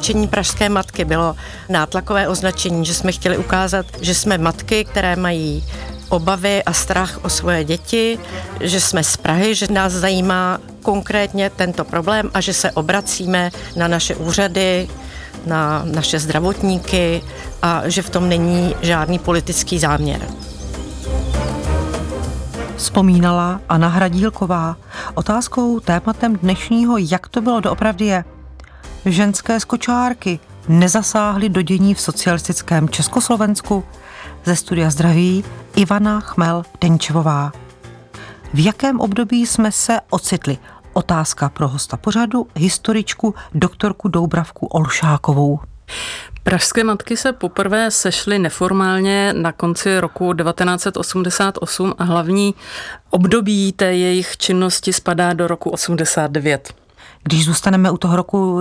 označení pražské matky bylo nátlakové označení, že jsme chtěli ukázat, že jsme matky, které mají obavy a strach o svoje děti, že jsme z Prahy, že nás zajímá konkrétně tento problém a že se obracíme na naše úřady, na naše zdravotníky a že v tom není žádný politický záměr. Vzpomínala Anna Hradílková. Otázkou, tématem dnešního Jak to bylo doopravdy je: ženské skočárky nezasáhly do dění v socialistickém Československu? Ze studia zdraví Ivana Chmel-Denčevová. V jakém období jsme se ocitli? Otázka pro hosta pořadu, historičku doktorku Doubravku Olšákovou. Pražské matky se poprvé sešly neformálně na konci roku 1988 a hlavní období té jejich činnosti spadá do roku 89. Když zůstaneme u toho roku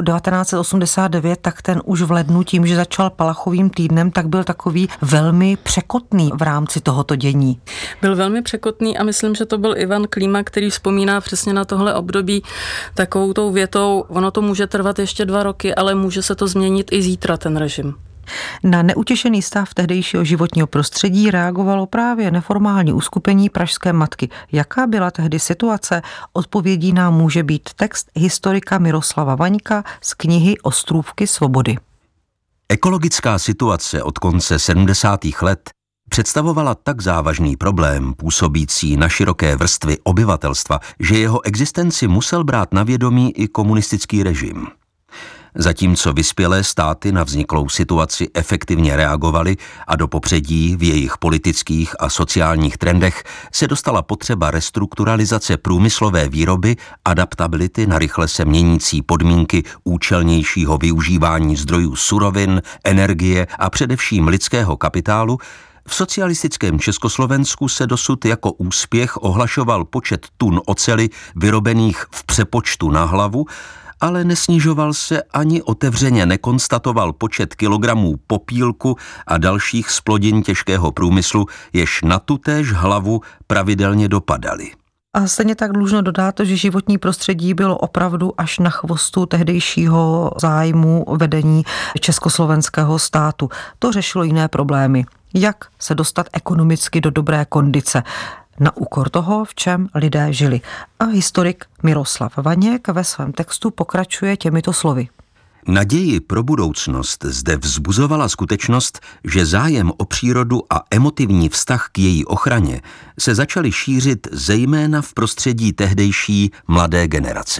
1989, tak ten už v lednu tím, že začal Palachovým týdnem, tak byl takový velmi překotný v rámci tohoto dění. Byl velmi překotný a myslím, že to byl Ivan Klíma, který vzpomíná přesně na tohle období takovou tou větou: ono to může trvat ještě 2 roky, ale může se to změnit i zítra, ten režim. Na neutěšený stav tehdejšího životního prostředí reagovalo právě neformální uskupení Pražské matky. Jaká byla tehdy situace? Odpovědí nám může být text historika Miroslava Vaňka z knihy Ostrůvky svobody. Ekologická situace od konce 70. let představovala tak závažný problém působící na široké vrstvy obyvatelstva, že jeho existenci musel brát na vědomí i komunistický režim. Zatímco vyspělé státy na vzniklou situaci efektivně reagovaly a do popředí v jejich politických a sociálních trendech se dostala potřeba restrukturalizace průmyslové výroby, adaptability na rychle se měnící podmínky účelnějšího využívání zdrojů surovin, energie a především lidského kapitálu, v socialistickém Československu se dosud jako úspěch ohlašoval počet tun oceli vyrobených v přepočtu na hlavu, ale nesnižoval se ani otevřeně nekonstatoval počet kilogramů popílku a dalších zplodin těžkého průmyslu, jež na tutéž hlavu pravidelně dopadaly. A stejně tak dlužno dodat, že životní prostředí bylo opravdu až na chvostu tehdejšího zájmu vedení československého státu. To řešilo jiné problémy. Jak se dostat ekonomicky do dobré kondice na úkor toho, v čem lidé žili. A historik Miroslav Vaněk ve svém textu pokračuje těmito slovy. Naději pro budoucnost zde vzbuzovala skutečnost, že zájem o přírodu a emotivní vztah k její ochraně se začaly šířit zejména v prostředí tehdejší mladé generace.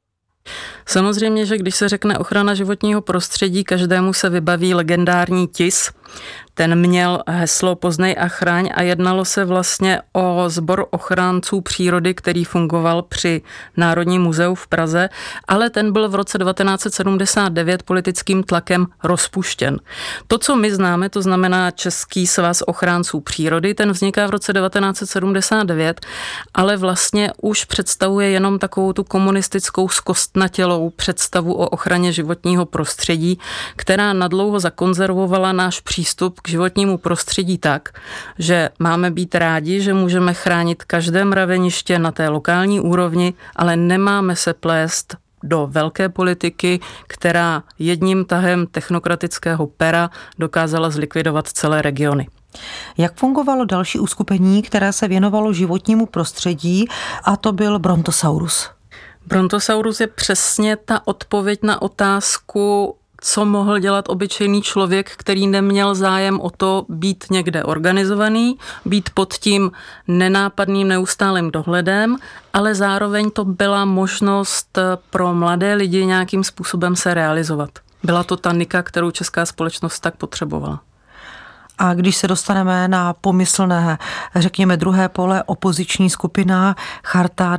Samozřejmě, že když se řekne ochrana životního prostředí, každému se vybaví legendární Tis. Ten měl heslo Poznej a chraň a jednalo se vlastně o sbor ochránců přírody, který fungoval při Národním muzeu v Praze, ale ten byl v roce 1979 politickým tlakem rozpuštěn. To, co my známe, to znamená Český svaz ochránců přírody, ten vzniká v roce 1979, ale vlastně už představuje jenom takovou tu komunistickou zkostnatělou představu o ochraně životního prostředí, která nadlouho zakonzervovala náš přístup k životnímu prostředí tak, že máme být rádi, že můžeme chránit každé mraveniště na té lokální úrovni, ale nemáme se plést do velké politiky, která jedním tahem technokratického pera dokázala zlikvidovat celé regiony. Jak fungovalo další uskupení, které se věnovalo životnímu prostředí, a to byl Brontosaurus? Brontosaurus je přesně ta odpověď na otázku, co mohl dělat obyčejný člověk, který neměl zájem o to být někde organizovaný, být pod tím nenápadným neustálým dohledem, ale zároveň to byla možnost pro mladé lidi nějakým způsobem se realizovat. Byla to ta nika, kterou česká společnost tak potřebovala. A když se dostaneme na pomyslné, řekněme, druhé pole, opoziční skupina Charta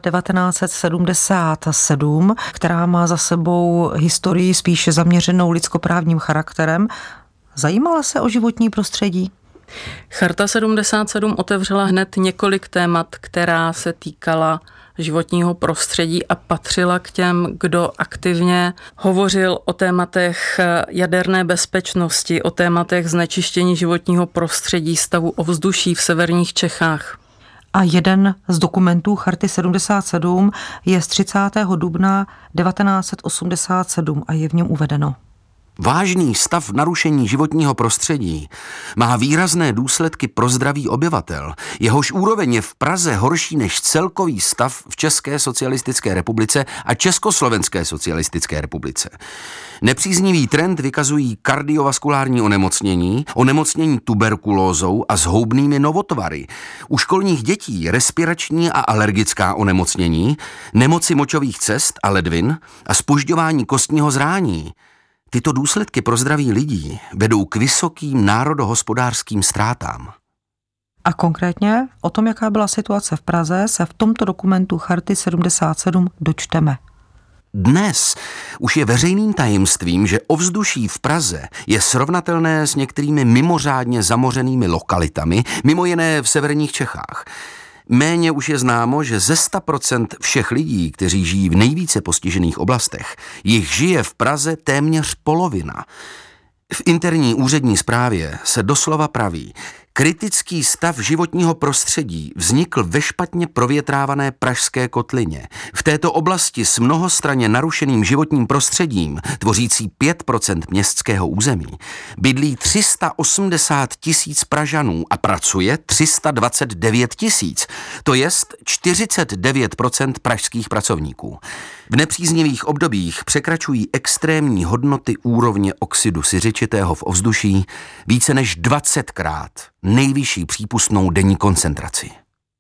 1977, která má za sebou historii spíše zaměřenou lidskoprávním charakterem, zajímala se o životní prostředí? Charta 77 otevřela hned několik témat, která se týkala životního prostředí a patřila k těm, kdo aktivně hovořil o tématech jaderné bezpečnosti, o tématech znečištění životního prostředí, stavu ovzduší v severních Čechách. A jeden z dokumentů Charty 77 je z 30. dubna 1987 a je v něm uvedeno. Vážný stav narušení životního prostředí má výrazné důsledky pro zdraví obyvatel. Jehož úroveň je v Praze horší než celkový stav v České socialistické republice a Československé socialistické republice. Nepříznivý trend vykazují kardiovaskulární onemocnění, onemocnění tuberkulózou a zhoubnými novotvary. U školních dětí respirační a alergická onemocnění, nemoci močových cest a ledvin a zpožďování kostního zrání. Tyto důsledky pro zdraví lidí vedou k vysokým národohospodářským ztrátám. A konkrétně o tom, jaká byla situace v Praze, se v tomto dokumentu Charty 77 dočteme. Dnes už je veřejným tajemstvím, že ovzduší v Praze je srovnatelné s některými mimořádně zamořenými lokalitami, mimo jiné v severních Čechách. Méně už je známo, že ze 100% všech lidí, kteří žijí v nejvíce postižených oblastech, jich žije v Praze téměř polovina. V interní úřední zprávě se doslova praví: kritický stav životního prostředí vznikl ve špatně provětrávané pražské kotlině. V této oblasti s mnohostranně narušeným životním prostředím, tvořící 5% městského území, bydlí 380 000 Pražanů a pracuje 329 000, to jest 49% pražských pracovníků. V nepříznivých obdobích překračují extrémní hodnoty úrovně oxidu siřičitého v ovzduší více než 20krát nejvyšší přípustnou denní koncentraci.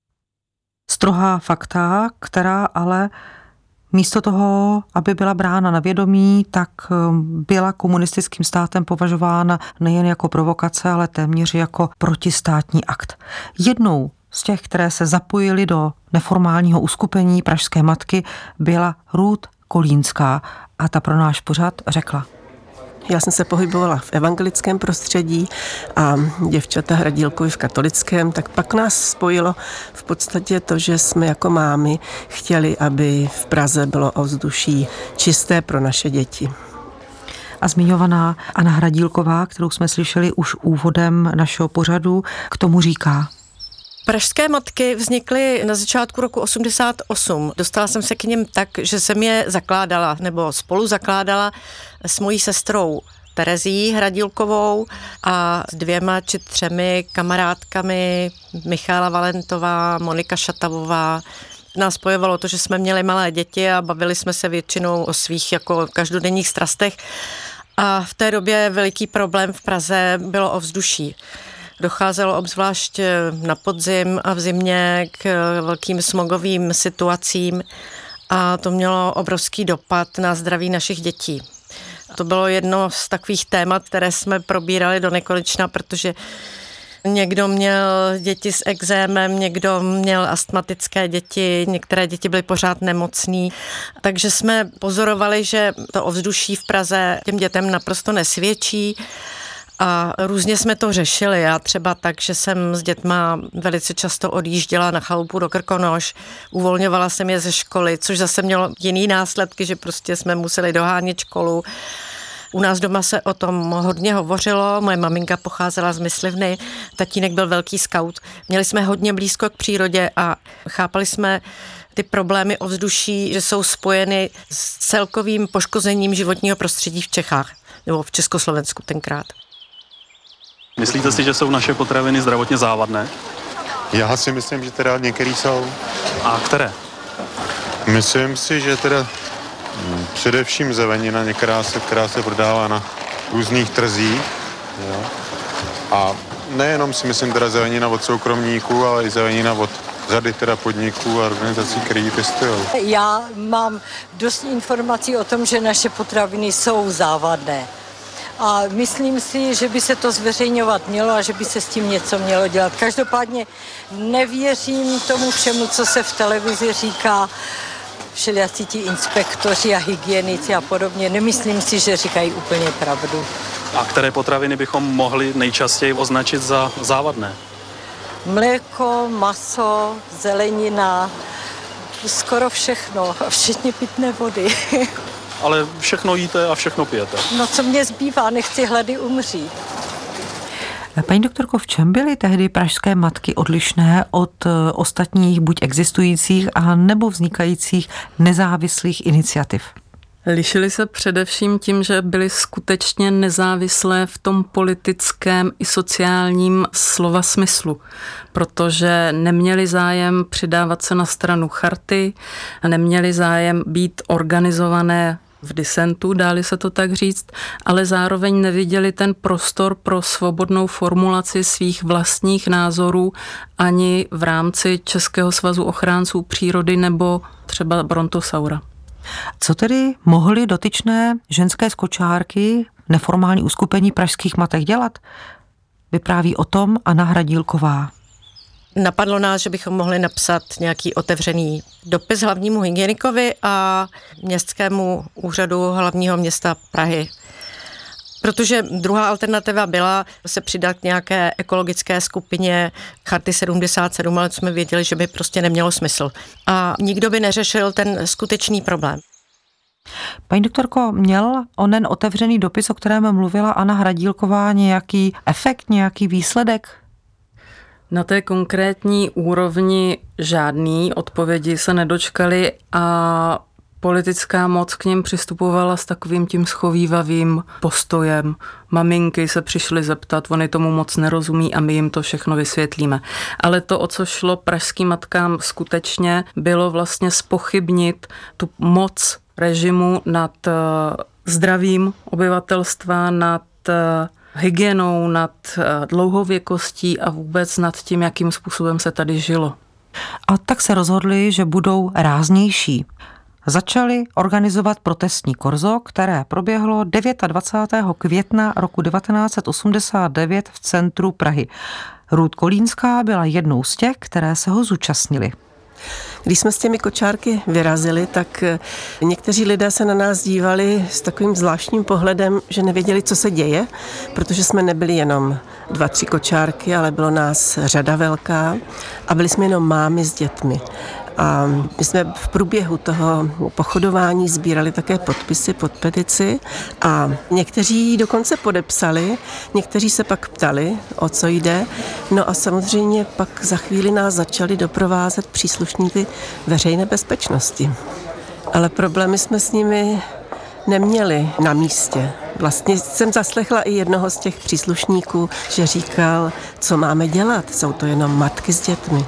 Strohá fakta, která ale místo toho, aby byla brána na vědomí, tak byla komunistickým státem považována nejen jako provokace, ale téměř jako protistátní akt. Jednou z těch, které se zapojily do neformálního uskupení Pražské matky, byla Ruth Kolínská a ta pro náš pořad řekla: Já jsem se pohybovala v evangelickém prostředí a děvčata Hradílkovi v katolickém, tak pak nás spojilo v podstatě to, že jsme jako mámy chtěli, aby v Praze bylo ovzduší čisté pro naše děti. A zmiňovaná Anna Hradílková, kterou jsme slyšeli už úvodem našeho pořadu, k tomu říká: Pražské matky vznikly na začátku roku 88. Dostala jsem se k něm tak, že jsem je zakládala, nebo spolu zakládala s mojí sestrou Terezí Hradílkovou a s 2 či 3 kamarádkami, Michála Valentová, Monika Šatavová. Nás spojovalo to, že jsme měli malé děti a bavili jsme se většinou o svých jako každodenních strastech. A v té době veliký problém v Praze bylo ovzduší. Docházelo obzvlášť na podzim a v zimě k velkým smogovým situacím a to mělo obrovský dopad na zdraví našich dětí. To bylo jedno z takových témat, které jsme probírali do nekonečna, protože někdo měl děti s ekzémem, někdo měl astmatické děti, některé děti byly pořád nemocný. Takže jsme pozorovali, že to ovzduší v Praze těm dětem naprosto nesvědčí. A různě jsme to řešili. Já třeba tak, že jsem s dětma velice často odjížděla na chalupu do Krkonoš, uvolňovala jsem je ze školy, což zase mělo jiný následky, že prostě jsme museli dohánět školu. U nás doma se o tom hodně hovořilo, moje maminka pocházela z myslivny, tatínek byl velký skaut. Měli jsme hodně blízko k přírodě a chápali jsme ty problémy ovzduší, že jsou spojeny s celkovým poškozením životního prostředí v Čechách, nebo v Československu tenkrát. Myslíte si, že jsou naše potraviny zdravotně závadné? Já si myslím, že teda některý jsou. A které? Myslím si, že teda především zelenina, která se prodává na různých trzích. Jo. A nejenom si myslím teda zelenina od soukromníků, ale i zelenina od řady teda podniků a organizací, které ji pěstují. Já mám dost informací o tom, že naše potraviny jsou závadné. A myslím si, že by se to zveřejňovat mělo a že by se s tím něco mělo dělat. Každopádně nevěřím tomu všemu, co se v televizi říká, všelijací ti inspektoři a hygienici a podobně. Nemyslím si, že říkají úplně pravdu. A které potraviny bychom mohli nejčastěji označit za závadné? Mléko, maso, zelenina, skoro všechno, včetně pitné vody. Ale všechno jíte a všechno pijete. No co mě zbývá, nechci hlady umřít. Paní doktorko, v čem byly tehdy pražské matky odlišné od ostatních buď existujících a nebo vznikajících nezávislých iniciativ? Lišily se především tím, že byly skutečně nezávislé v tom politickém i sociálním slova smyslu, protože neměli zájem přidávat se na stranu charty, neměli zájem být organizované v disentu, dáli se to tak říct, ale zároveň neviděli ten prostor pro svobodnou formulaci svých vlastních názorů ani v rámci Českého svazu ochránců přírody nebo třeba Brontosaura. Co tedy mohly dotyčné ženské skočárky, neformální uskupení pražských matek dělat? Vypráví o tom Anna Hradílková. Napadlo nás, že bychom mohli napsat nějaký otevřený dopis hlavnímu hygienikovi a městskému úřadu hlavního města Prahy. Protože druhá alternativa byla se přidat k nějaké ekologické skupině Charty 77, ale jsme věděli, že by prostě nemělo smysl. A nikdo by neřešil ten skutečný problém. Paní doktorko, měl onen otevřený dopis, o kterém mluvila Anna Hradílková, nějaký efekt, nějaký výsledek? Na té konkrétní úrovni žádný odpovědi se nedočkali a politická moc k nim přistupovala s takovým tím schovívavým postojem. Maminky se přišly zeptat, oni tomu moc nerozumí a my jim to všechno vysvětlíme. Ale to, o co šlo pražským matkám skutečně, bylo vlastně zpochybnit tu moc režimu nad zdravím obyvatelstva, nad hygienou, nad dlouhověkostí a vůbec nad tím, jakým způsobem se tady žilo. A tak se rozhodli, že budou ráznější. Začali organizovat protestní korzo, které proběhlo 29. května roku 1989 v centru Prahy. Ruth Kolínská byla jednou z těch, které se ho zúčastnili. Když jsme s těmi kočárky vyrazili, tak někteří lidé se na nás dívali s takovým zvláštním pohledem, že nevěděli, co se děje, protože jsme nebyli jenom 2-3 kočárky, ale bylo nás řada velká a byli jsme jenom mámy s dětmi. A my jsme v průběhu toho pochodování sbírali také podpisy pod petici a někteří dokonce podepsali, někteří se pak ptali, o co jde. No a samozřejmě pak za chvíli nás začali doprovázet příslušníci veřejné bezpečnosti. Ale problémy jsme s nimi neměli na místě. Vlastně jsem zaslechla i jednoho z těch příslušníků, že říkal, co máme dělat, jsou to jenom matky s dětmi.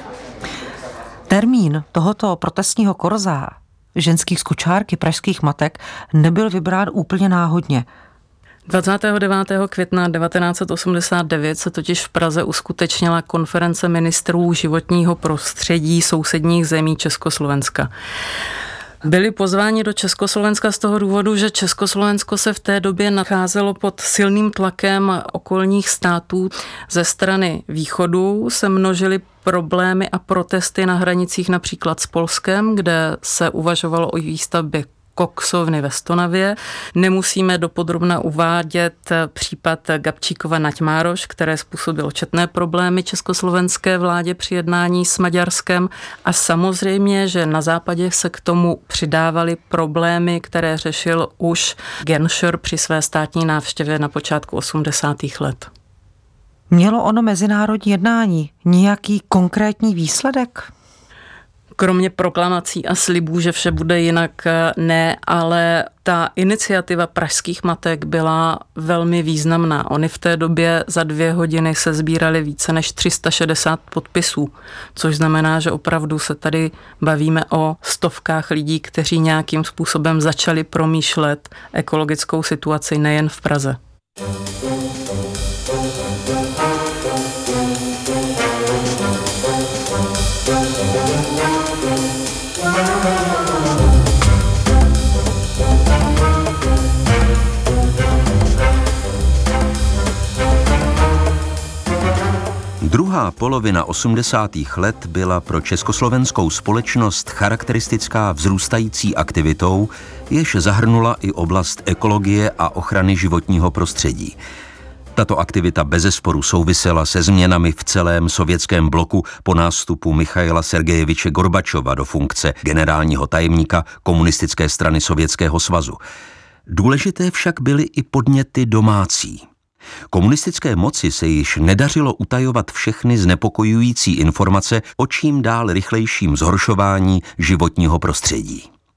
Termín tohoto protestního korza ženských skočárky pražských matek nebyl vybrán úplně náhodně. 29. května 1989 se totiž v Praze uskutečnila konference ministrů životního prostředí sousedních zemí Československa. Byli pozváni do Československa z toho důvodu, že Československo se v té době nacházelo pod silným tlakem okolních států. Ze strany východu se množily problémy a protesty na hranicích například s Polskem, kde se uvažovalo o výstavbě koksovny ve Stonavě. Nemusíme dopodrobna uvádět případ Gabčíkova Naďmároš, které způsobilo četné problémy československé vládě při jednání s Maďarskem a samozřejmě, že na západě se k tomu přidávaly problémy, které řešil už Genscher při své státní návštěvě na počátku 80. let. Mělo ono mezinárodní jednání nějaký konkrétní výsledek? Kromě proklamací a slibů, že vše bude jinak, ne, ale ta iniciativa pražských matek byla velmi významná. Oni v té době za 2 hodiny se sbírali více než 360 podpisů, což znamená, že opravdu se tady bavíme o stovkách lidí, kteří nějakým způsobem začali promýšlet ekologickou situaci nejen v Praze. Druhá polovina 80. let byla pro československou společnost charakteristická vzrůstající aktivitou, jež zahrnula i oblast ekologie a ochrany životního prostředí. Tato aktivita bezesporu souvisela se změnami v celém sovětském bloku po nástupu Michaila Sergejeviče Gorbačova do funkce generálního tajemníka Komunistické strany Sovětského svazu. Důležité však byly i podněty domácí. Komunistické moci se již nedařilo utajovat všechny znepokojující informace o čím dál rychlejším zhoršování životního prostředí.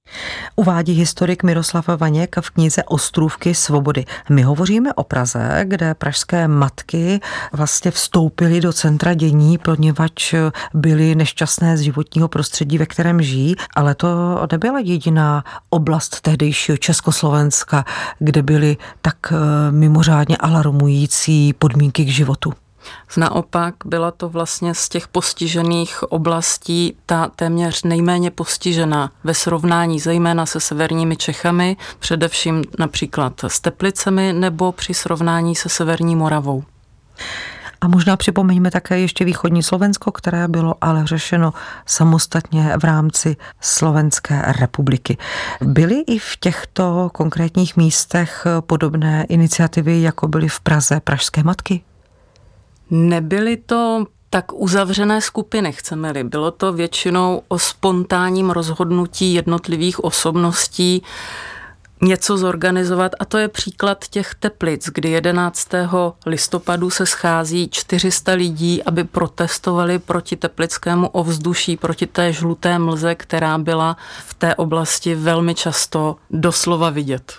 Uvádí historik Miroslav Vaněk v knize Ostrůvky svobody. My hovoříme o Praze, kde pražské matky vlastně vstoupily do centra dění, poněvadž byly nešťastné z životního prostředí, ve kterém žijí, ale to nebyla jediná oblast tehdejšího Československa, kde byly tak mimořádně alarmující podmínky k životu. Naopak byla to vlastně z těch postižených oblastí ta téměř nejméně postižená ve srovnání zejména se severními Čechami, především například s Teplicemi nebo při srovnání se severní Moravou. A možná připomeňme také ještě východní Slovensko, které bylo ale řešeno samostatně v rámci Slovenské republiky. Byly i v těchto konkrétních místech podobné iniciativy, jako byly v Praze pražské matky? Nebyly to tak uzavřené skupiny, chceme-li. Bylo to většinou o spontánním rozhodnutí jednotlivých osobností něco zorganizovat a to je příklad těch Teplic, kdy 11. listopadu se schází 400 lidí, aby protestovali proti teplickému ovzduší, proti té žluté mlze, která byla v té oblasti velmi často doslova vidět.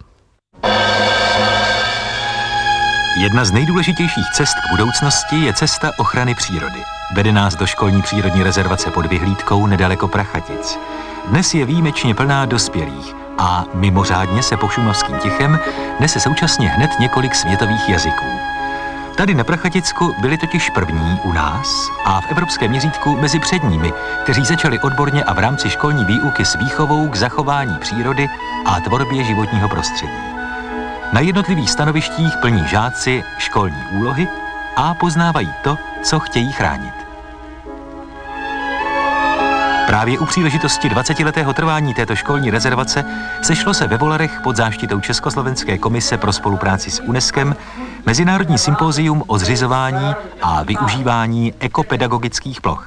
Jedna z nejdůležitějších cest k budoucnosti je cesta ochrany přírody. Vede nás do školní přírodní rezervace pod Vyhlídkou nedaleko Prachatic. Dnes je výjimečně plná dospělých a mimořádně se Pošumovským Tichem nese současně hned několik světových jazyků. Tady na Prachaticku byli totiž první u nás a v evropském měřítku mezi předními, kteří začali odborně a v rámci školní výuky s výchovou k zachování přírody a tvorbě životního prostředí. Na jednotlivých stanovištích plní žáci školní úlohy a poznávají to, co chtějí chránit. Právě u příležitosti 20letého trvání této školní rezervace sešlo se ve Volarech pod záštitou Československé komise pro spolupráci s UNESCem mezinárodní sympózium o zřizování a využívání ekopedagogických ploch.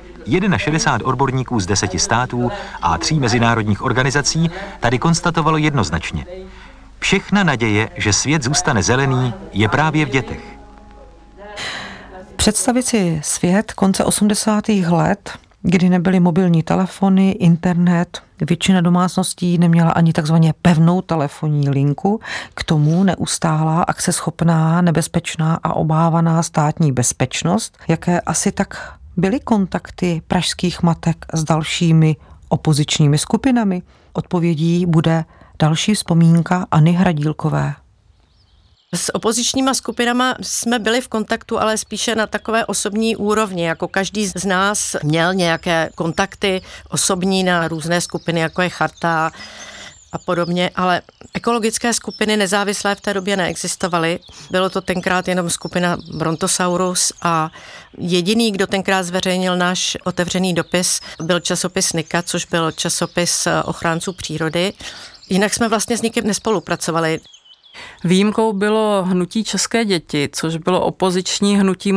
61 odborníků z 10 států a 3 mezinárodních organizací tady konstatovalo jednoznačně: všechna naděje, že svět zůstane zelený, je právě v dětech. Představit si svět konce 80. let, kdy nebyly mobilní telefony, internet, většina domácností neměla ani takzvaně pevnou telefonní linku, k tomu neustálá, akceschopná, nebezpečná a obávaná státní bezpečnost, jaké asi tak byly kontakty pražských matek s dalšími opozičními skupinami. Odpovědí bude další vzpomínka Anny Hradílkové. S opozičníma skupinama jsme byli v kontaktu, ale spíše na takové osobní úrovni, jako každý z nás měl nějaké kontakty osobní na různé skupiny, jako je Charta a podobně, ale ekologické skupiny nezávislé v té době neexistovaly. Bylo to tenkrát jenom skupina Brontosaurus a jediný, kdo tenkrát zveřejnil náš otevřený dopis, byl časopis Nika, což byl časopis ochránců přírody. Jinak jsme vlastně s nikým nespolupracovali. Výjimkou bylo hnutí České děti, což bylo opoziční hnutí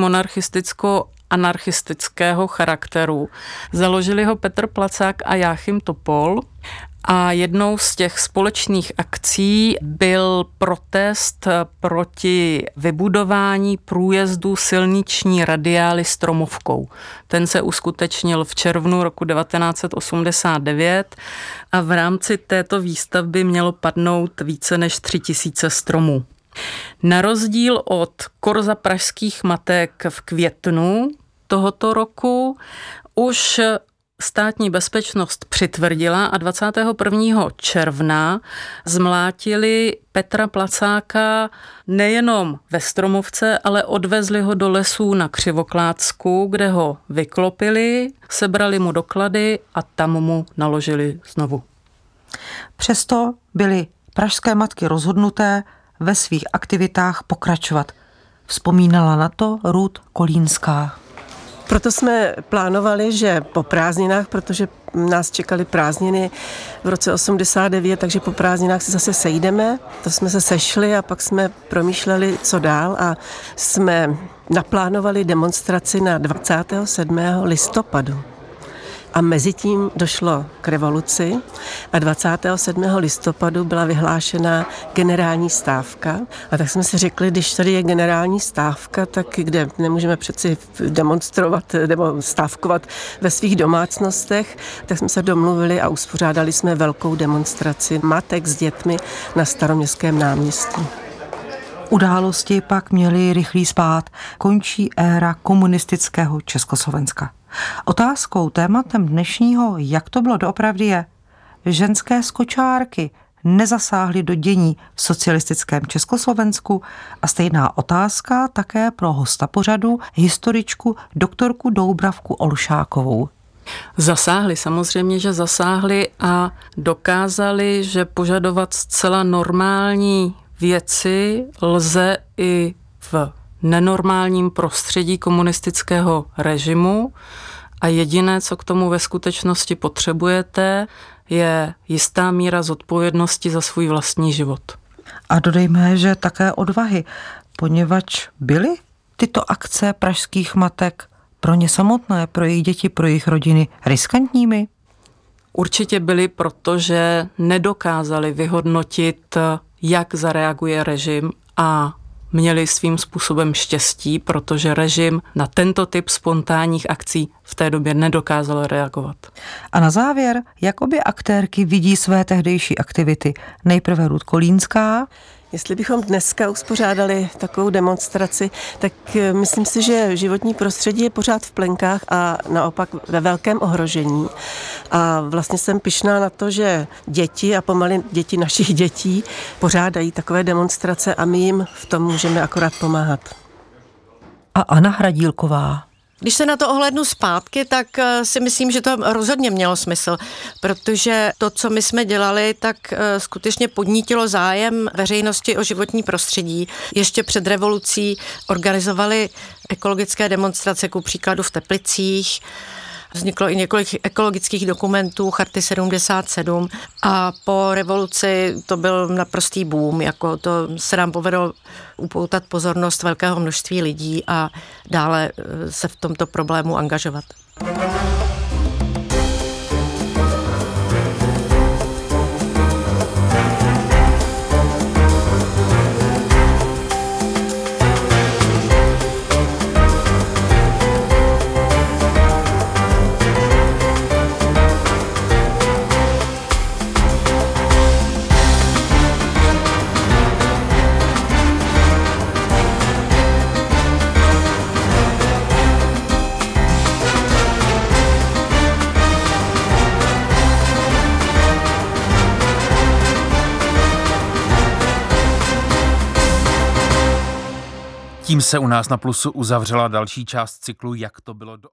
monarchisticko-anarchistického charakteru. Založili ho Petr Placák a Jáchym Topol a jednou z těch společných akcí byl protest proti vybudování průjezdu silniční radiály Stromovkou. Ten se uskutečnil v červnu roku 1989 a v rámci této výstavby mělo padnout více než 3000 stromů. Na rozdíl od korza pražských matek v květnu tohoto roku už státní bezpečnost přitvrdila a 21. června zmlátili Petra Placáka nejenom ve Stromovce, ale odvezli ho do lesů na Křivoklátsku, kde ho vyklopili, sebrali mu doklady a tam mu naložili znovu. Přesto byly pražské matky rozhodnuté ve svých aktivitách pokračovat. Vzpomínala na to Ruth Kolínská. Proto jsme plánovali, že po prázdninách, protože nás čekaly prázdniny v roce 89, takže po prázdninách se zase sejdeme. To jsme se sešli a pak jsme promýšleli, co dál a jsme naplánovali demonstraci na 27. listopadu. A mezi tím došlo k revoluci a 27. listopadu byla vyhlášena generální stávka. A tak jsme si řekli, když tady je generální stávka, tak kde nemůžeme přeci demonstrovat nebo stávkovat ve svých domácnostech, tak jsme se domluvili a uspořádali jsme velkou demonstraci matek s dětmi na Staroměstském náměstí. Události pak měly rychlý spád. Končí éra komunistického Československa. Otázkou, tématem dnešního, jak to bylo doopravdy je, ženské skočárky nezasáhly do dění v socialistickém Československu a stejná otázka také pro hosta pořadu, historičku doktorku Doubravku Olšákovou. Zasáhli, samozřejmě, že zasáhli a dokázali, že požadovat zcela normální věci lze i v nenormálním prostředí komunistického režimu a jediné, co k tomu ve skutečnosti potřebujete, je jistá míra zodpovědnosti za svůj vlastní život. A dodejme, že také odvahy, poněvadž byly tyto akce pražských matek pro ně samotné, pro jejich děti, pro jejich rodiny riskantními? Určitě byly, protože nedokázali vyhodnotit, jak zareaguje režim a měli svým způsobem štěstí, protože režim na tento typ spontánních akcí v té době nedokázal reagovat. A na závěr, jak obě aktérky vidí své tehdejší aktivity? Nejprve Ruth Kolínská. Jestli bychom dneska uspořádali takovou demonstraci, tak myslím si, že životní prostředí je pořád v plenkách a naopak ve velkém ohrožení. A vlastně jsem pyšná na to, že děti a pomalu děti našich dětí pořádají takové demonstrace a my jim v tom můžeme akorát pomáhat. A Anna Hradílková. Když se na to ohlédnu zpátky, tak si myslím, že to rozhodně mělo smysl, protože to, co my jsme dělali, tak skutečně podnítilo zájem veřejnosti o životní prostředí. Ještě před revolucí organizovali ekologické demonstrace, ku příkladu v Teplicích. Vzniklo i několik ekologických dokumentů, Charty 77 a po revoluci to byl naprostý boom, jako to se nám povedlo upoutat pozornost velkého množství lidí a dále se v tomto problému angažovat. Tím se u nás na Plusu uzavřela další část cyklu Jak to bylo